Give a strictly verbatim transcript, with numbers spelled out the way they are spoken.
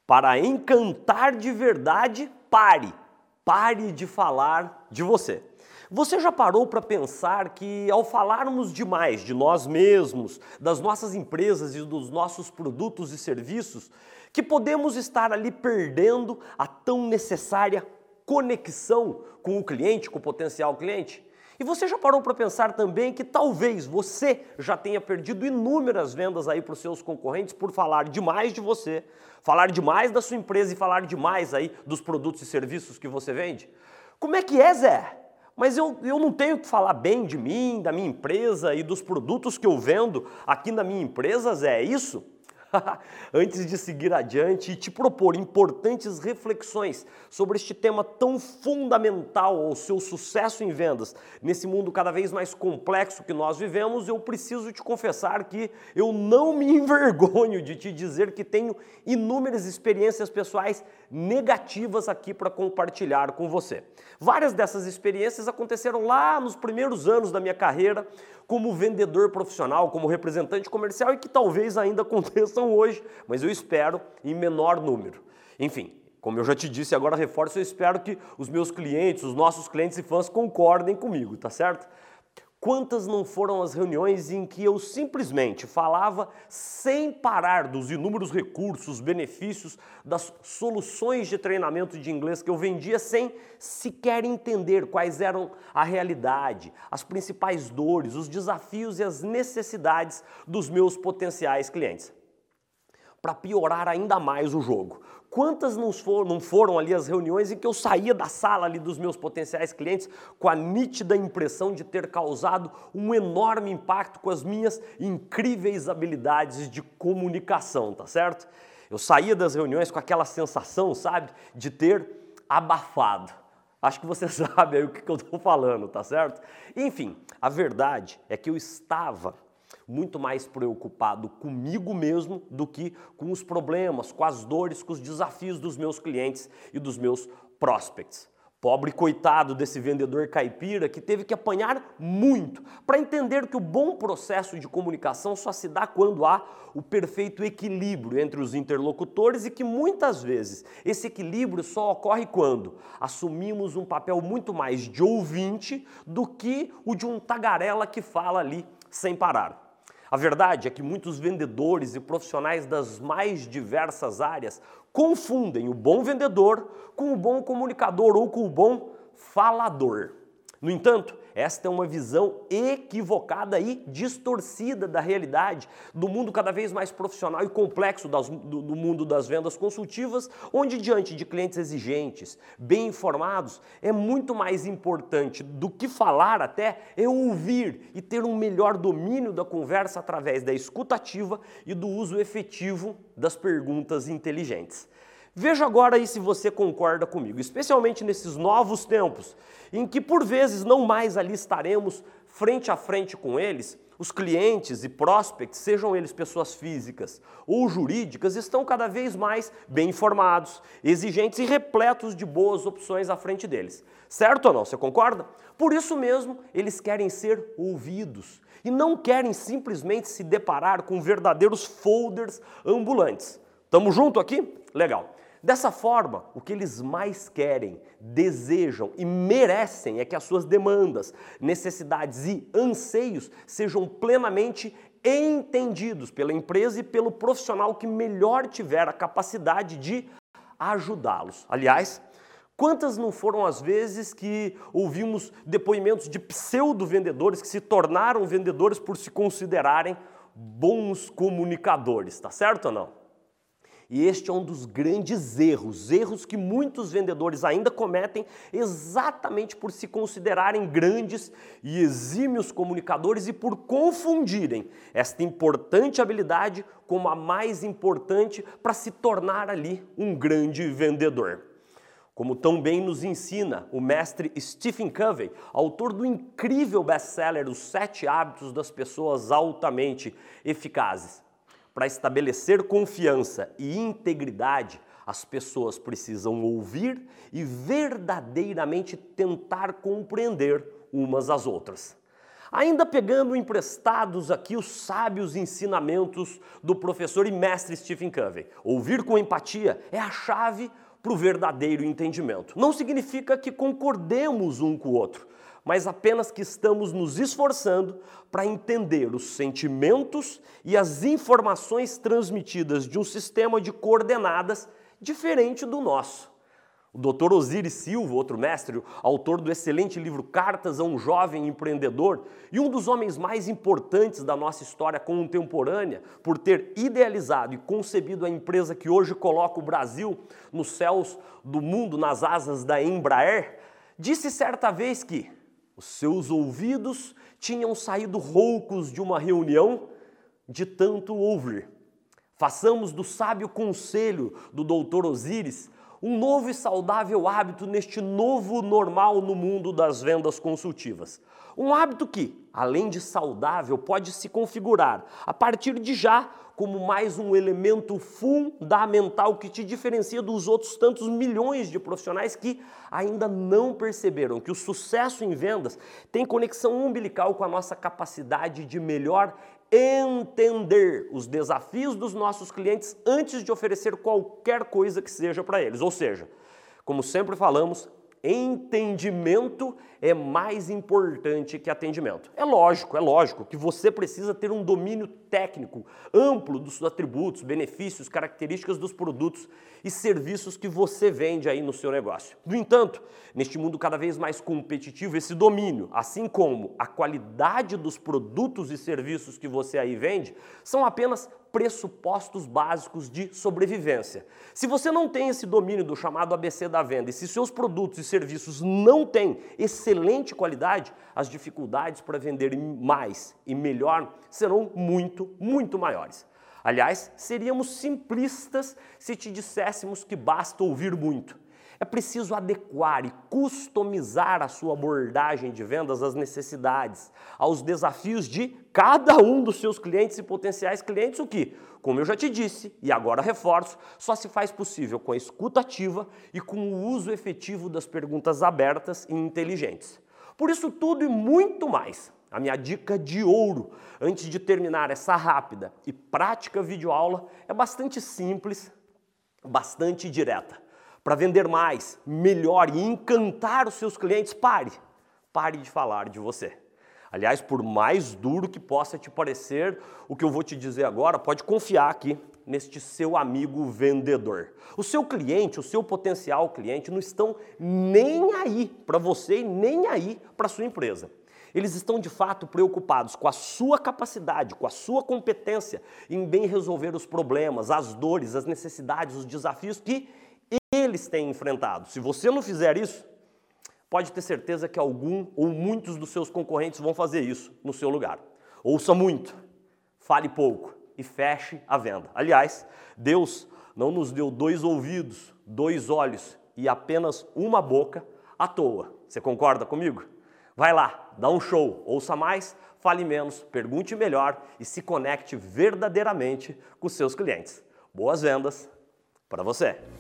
Para encantar de verdade, pare. Pare de falar de você. Você já parou para pensar que ao falarmos demais de nós mesmos, das nossas empresas e dos nossos produtos e serviços, que podemos estar ali perdendo a tão necessária conexão com o cliente, com o potencial cliente? E você já parou para pensar também que talvez você já tenha perdido inúmeras vendas aí para os seus concorrentes por falar demais de você, falar demais da sua empresa e falar demais aí dos produtos e serviços que você vende? Como é que é, Zé? Mas eu, eu não tenho que falar bem de mim, da minha empresa e dos produtos que eu vendo aqui na minha empresa, Zé, é isso? Antes de seguir adiante e te propor importantes reflexões sobre este tema tão fundamental ao seu sucesso em vendas, nesse mundo cada vez mais complexo que nós vivemos, eu preciso te confessar que eu não me envergonho de te dizer que tenho inúmeras experiências pessoais negativas aqui para compartilhar com você. Várias dessas experiências aconteceram lá nos primeiros anos da minha carreira como vendedor profissional, como representante comercial e que talvez ainda aconteçam hoje, mas eu espero em menor número. Enfim, como eu já te disse, agora reforço, eu espero que os meus clientes, os nossos clientes e fãs concordem comigo, tá certo? Quantas não foram as reuniões em que eu simplesmente falava sem parar dos inúmeros recursos, benefícios, das soluções de treinamento de inglês que eu vendia sem sequer entender quais eram a realidade, as principais dores, os desafios e as necessidades dos meus potenciais clientes. Para piorar ainda mais o jogo. Quantas não foram, não foram ali as reuniões em que eu saía da sala ali dos meus potenciais clientes com a nítida impressão de ter causado um enorme impacto com as minhas incríveis habilidades de comunicação, tá certo? Eu saía das reuniões com aquela sensação, sabe, de ter abafado. Acho que você sabe aí o que eu estou falando, tá certo? Enfim, a verdade é que eu estava muito mais preocupado comigo mesmo do que com os problemas, com as dores, com os desafios dos meus clientes e dos meus prospects. Pobre coitado desse vendedor caipira que teve que apanhar muito para entender que o bom processo de comunicação só se dá quando há o perfeito equilíbrio entre os interlocutores e que muitas vezes esse equilíbrio só ocorre quando assumimos um papel muito mais de ouvinte do que o de um tagarela que fala ali sem parar. A verdade é que muitos vendedores e profissionais das mais diversas áreas confundem o bom vendedor com o bom comunicador ou com o bom falador. No entanto, esta é uma visão equivocada e distorcida da realidade do mundo cada vez mais profissional e complexo das, do, do mundo das vendas consultivas, onde diante de clientes exigentes, bem informados, é muito mais importante do que falar até é ouvir e ter um melhor domínio da conversa através da escuta ativa e do uso efetivo das perguntas inteligentes. Veja agora aí se você concorda comigo, especialmente nesses novos tempos, em que por vezes não mais ali estaremos frente a frente com eles, os clientes e prospects, sejam eles pessoas físicas ou jurídicas, estão cada vez mais bem informados, exigentes e repletos de boas opções à frente deles. Certo ou não? Você concorda? Por isso mesmo, eles querem ser ouvidos e não querem simplesmente se deparar com verdadeiros folders ambulantes. Tamo junto aqui? Legal. Dessa forma, o que eles mais querem, desejam e merecem é que as suas demandas, necessidades e anseios sejam plenamente entendidos pela empresa e pelo profissional que melhor tiver a capacidade de ajudá-los. Aliás, quantas não foram as vezes que ouvimos depoimentos de pseudo-vendedores que se tornaram vendedores por se considerarem bons comunicadores, tá certo ou não? E este é um dos grandes erros, erros que muitos vendedores ainda cometem exatamente por se considerarem grandes e exímios comunicadores e por confundirem esta importante habilidade como a mais importante para se tornar ali um grande vendedor. Como tão bem nos ensina o mestre Stephen Covey, autor do incrível best-seller Os Sete Hábitos das Pessoas Altamente Eficazes. Para estabelecer confiança e integridade, as pessoas precisam ouvir e verdadeiramente tentar compreender umas às outras. Ainda pegando emprestados aqui os sábios ensinamentos do professor e mestre Stephen Covey, ouvir com empatia é a chave para o verdadeiro entendimento. Não significa que concordemos um com o outro, mas apenas que estamos nos esforçando para entender os sentimentos e as informações transmitidas de um sistema de coordenadas diferente do nosso. O doutor Osiris Silva, outro mestre, autor do excelente livro Cartas a um Jovem Empreendedor e um dos homens mais importantes da nossa história contemporânea, por ter idealizado e concebido a empresa que hoje coloca o Brasil nos céus do mundo, nas asas da Embraer, disse certa vez que os seus ouvidos tinham saído roucos de uma reunião de tanto ouvir. Façamos do sábio conselho do doutor Osiris um novo e saudável hábito neste novo normal no mundo das vendas consultivas. Um hábito que, além de saudável, pode se configurar a partir de já como mais um elemento fundamental que te diferencia dos outros tantos milhões de profissionais que ainda não perceberam que o sucesso em vendas tem conexão umbilical com a nossa capacidade de melhor entender os desafios dos nossos clientes antes de oferecer qualquer coisa que seja para eles. Ou seja, como sempre falamos, entendimento é mais importante que atendimento. É lógico, é lógico que você precisa ter um domínio técnico amplo dos atributos, benefícios, características dos produtos e serviços que você vende aí no seu negócio. No entanto, neste mundo cada vez mais competitivo, esse domínio, assim como a qualidade dos produtos e serviços que você aí vende, são apenas pressupostos básicos de sobrevivência. Se você não tem esse domínio do chamado A B C da venda e se seus produtos e serviços não têm excelente qualidade, as dificuldades para vender mais e melhor serão muito, muito maiores. Aliás, seríamos simplistas se te disséssemos que basta ouvir muito. É preciso adequar e customizar a sua abordagem de vendas às necessidades, aos desafios de cada um dos seus clientes e potenciais clientes, o que, como eu já te disse, e agora reforço, só se faz possível com a escuta ativa e com o uso efetivo das perguntas abertas e inteligentes. Por isso tudo e muito mais, a minha dica de ouro, antes de terminar essa rápida e prática videoaula, é bastante simples, bastante direta. Para vender mais, melhor e encantar os seus clientes, pare. Pare de falar de você. Aliás, por mais duro que possa te parecer, o que eu vou te dizer agora, pode confiar aqui neste seu amigo vendedor. O seu cliente, o seu potencial cliente não estão nem aí para você e nem aí para a sua empresa. Eles estão de fato preocupados com a sua capacidade, com a sua competência em bem resolver os problemas, as dores, as necessidades, os desafios que eles têm enfrentado. Se você não fizer isso, pode ter certeza que algum ou muitos dos seus concorrentes vão fazer isso no seu lugar. Ouça muito, fale pouco e feche a venda. Aliás, Deus não nos deu dois ouvidos, dois olhos e apenas uma boca à toa. Você concorda comigo? Vai lá, dá um show, ouça mais, fale menos, pergunte melhor e se conecte verdadeiramente com seus clientes. Boas vendas para você!